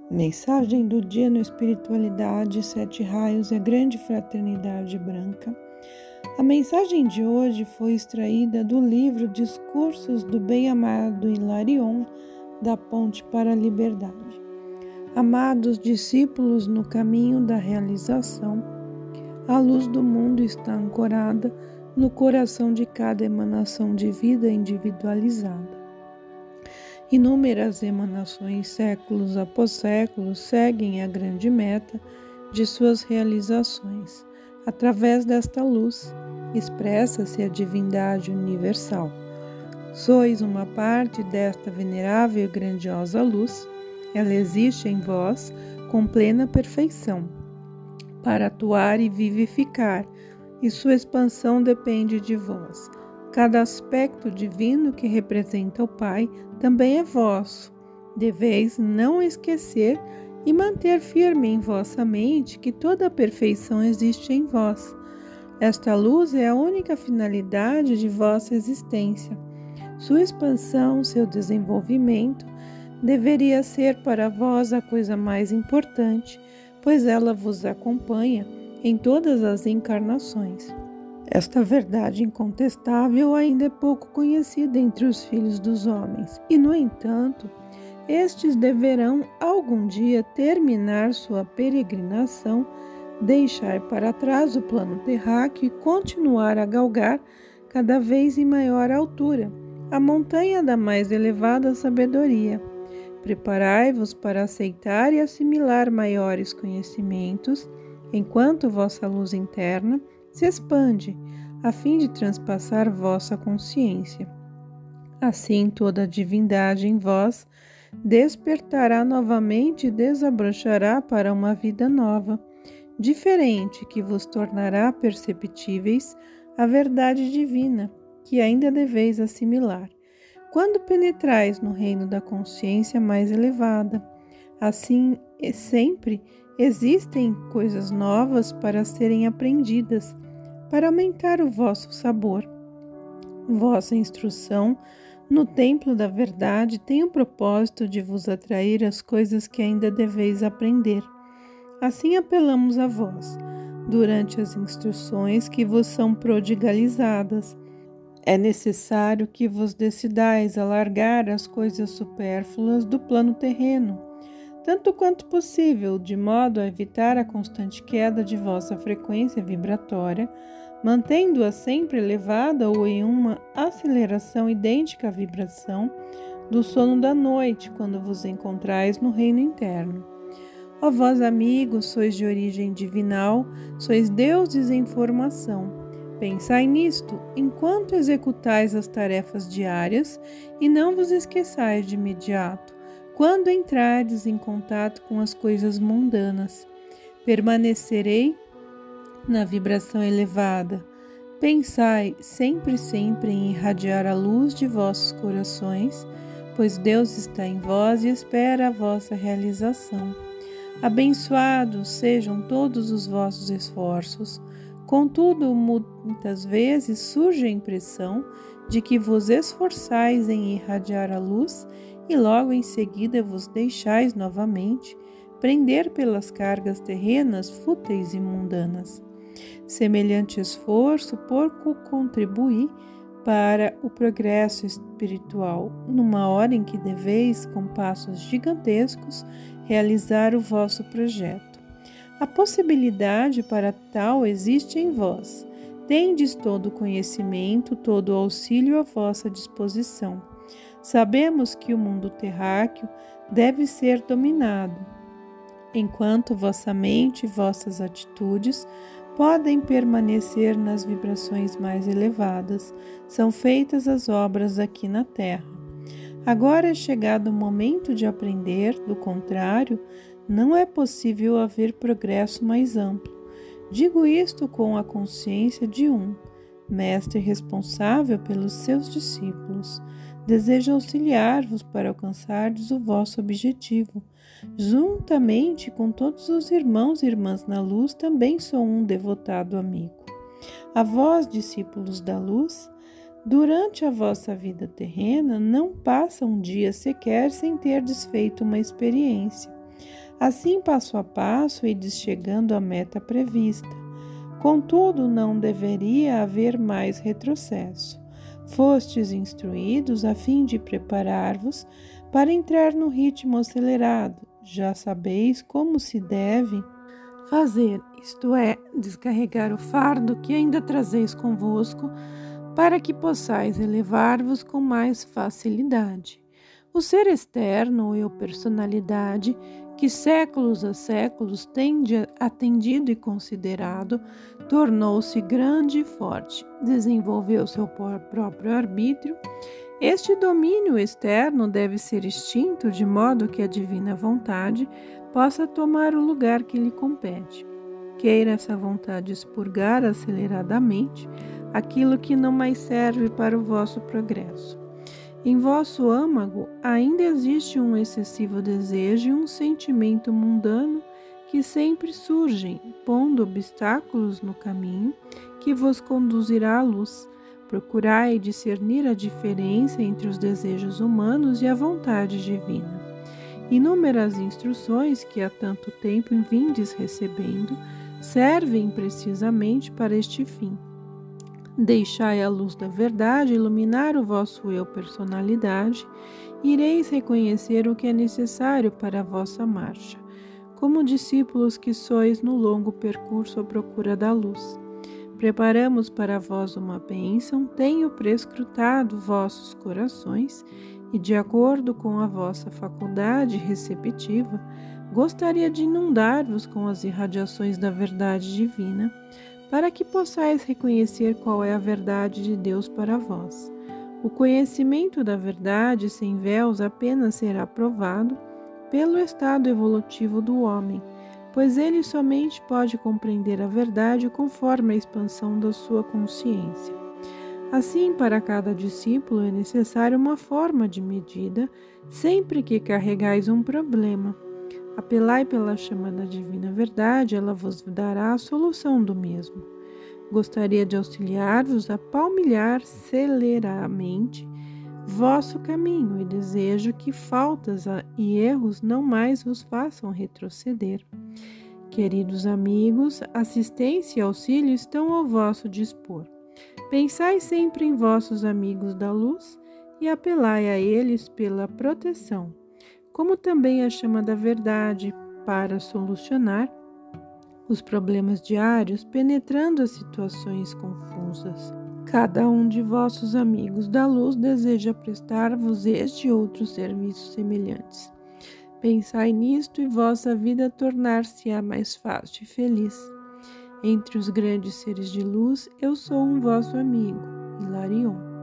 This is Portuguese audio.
Mensagem do dia no Espiritualidade, 7 Raios e a Grande Fraternidade Branca. A mensagem de hoje foi extraída do livro Discursos do Bem-Amado Hilarion, da Ponte para a Liberdade. Amados discípulos, no caminho da realização, a luz do mundo está ancorada no coração de cada emanação de vida individualizada. Inúmeras emanações, séculos após séculos, seguem a grande meta de suas realizações. Através desta luz, expressa-se a divindade universal. Sois uma parte desta venerável e grandiosa luz. Ela existe em vós com plena perfeição, para atuar e vivificar, e sua expansão depende de vós. Cada aspecto divino que representa o Pai também é vosso. Deveis não esquecer e manter firme em vossa mente que toda a perfeição existe em vós. Esta luz é a única finalidade de vossa existência. Sua expansão, seu desenvolvimento, deveria ser para vós a coisa mais importante, pois ela vos acompanha em todas as encarnações. Esta verdade incontestável ainda é pouco conhecida entre os filhos dos homens, e, no entanto, estes deverão algum dia terminar sua peregrinação, deixar para trás o plano terráqueo e continuar a galgar cada vez em maior altura a montanha da mais elevada sabedoria. Preparai-vos para aceitar e assimilar maiores conhecimentos, enquanto vossa luz interna se expande, a fim de transpassar vossa consciência. Assim, toda a divindade em vós despertará novamente e desabrochará para uma vida nova, diferente, que vos tornará perceptíveis a verdade divina, que ainda deveis assimilar, quando penetrais no reino da consciência mais elevada. Assim, sempre existem coisas novas para serem aprendidas, para aumentar o vosso sabor. Vossa instrução no templo da verdade tem o propósito de vos atrair às coisas que ainda deveis aprender. Assim apelamos a vós, durante as instruções que vos são prodigalizadas. É necessário que vos decidais a largar as coisas supérfluas do plano terreno, tanto quanto possível, de modo a evitar a constante queda de vossa frequência vibratória, mantendo-a sempre elevada ou em uma aceleração idêntica à vibração do sono da noite, quando vos encontrais no reino interno. Ó vós, amigos, sois de origem divinal, sois deuses em formação. Pensai nisto enquanto executais as tarefas diárias e não vos esqueçais de imediato, quando entrardes em contato com as coisas mundanas. Permanecerei na vibração elevada. Pensai sempre em irradiar a luz de vossos corações, pois Deus está em vós e espera a vossa realização. Abençoados sejam todos os vossos esforços. Contudo, muitas vezes surge a impressão de que vos esforçais em irradiar a luz e logo em seguida vos deixais novamente prender pelas cargas terrenas fúteis e mundanas. Semelhante esforço pouco contribui para o progresso espiritual, numa hora em que deveis, com passos gigantescos, realizar o vosso projeto. A possibilidade para tal existe em vós. Tendes todo o conhecimento, todo o auxílio à vossa disposição. Sabemos que o mundo terráqueo deve ser dominado, enquanto vossa mente e vossas atitudes podem permanecer nas vibrações mais elevadas. São feitas as obras aqui na Terra. Agora é chegado o momento de aprender, do contrário, não é possível haver progresso mais amplo. Digo isto com a consciência de um mestre responsável pelos seus discípulos. Desejo auxiliar-vos para alcançardes o vosso objetivo. Juntamente com todos os irmãos e irmãs na luz, também sou um devotado amigo. A vós, discípulos da luz, durante a vossa vida terrena, não passa um dia sequer sem ter desfeito uma experiência. assim passo a passo ides chegando à meta prevista. Contudo, não deveria haver mais retrocesso. Fostes instruídos a fim de preparar-vos para entrar no ritmo acelerado. Já sabeis como se deve fazer, isto é, descarregar o fardo que ainda trazeis convosco, para que possais elevar-vos com mais facilidade. O ser externo, ou eu personalidade, que séculos a séculos tende atendido e considerado, tornou-se grande e forte, desenvolveu seu próprio arbítrio. Este domínio externo deve ser extinto de modo que a divina vontade possa tomar o lugar que lhe compete. Queira essa vontade expurgar aceleradamente aquilo que não mais serve para o vosso progresso. Em vosso âmago ainda existe um excessivo desejo e um sentimento mundano que sempre surgem, pondo obstáculos no caminho que vos conduzirá à luz. Procurai discernir a diferença entre os desejos humanos e a vontade divina. Inúmeras instruções que há tanto tempo vindes recebendo servem precisamente para este fim. Deixai a luz da verdade iluminar o vosso eu personalidade, ireis reconhecer o que é necessário para a vossa marcha, como discípulos que sois no longo percurso à procura da luz. Preparamos para vós uma bênção, tenho prescrutado vossos corações e, de acordo com a vossa faculdade receptiva, gostaria de inundar-vos com as irradiações da verdade divina, para que possais reconhecer qual é a verdade de Deus para vós. O conhecimento da verdade sem véus apenas será provado pelo estado evolutivo do homem, pois ele somente pode compreender a verdade conforme a expansão da sua consciência. Assim, para cada discípulo é necessária uma forma de medida sempre que carregais um problema. Apelai pela chama da divina verdade, ela vos dará a solução do mesmo. Gostaria de auxiliar-vos a palmilhar celeramente vosso caminho e desejo que faltas e erros não mais vos façam retroceder. Queridos amigos, assistência e auxílio estão ao vosso dispor. Pensai sempre em vossos amigos da luz e apelai a eles pela proteção, como também a chama da verdade para solucionar os problemas diários, penetrando as situações confusas. Cada um de vossos amigos da luz deseja prestar-vos este e outros serviços semelhantes. Pensai nisto e vossa vida tornar-se-á mais fácil e feliz. Entre os grandes seres de luz, eu sou um vosso amigo, Hilarion.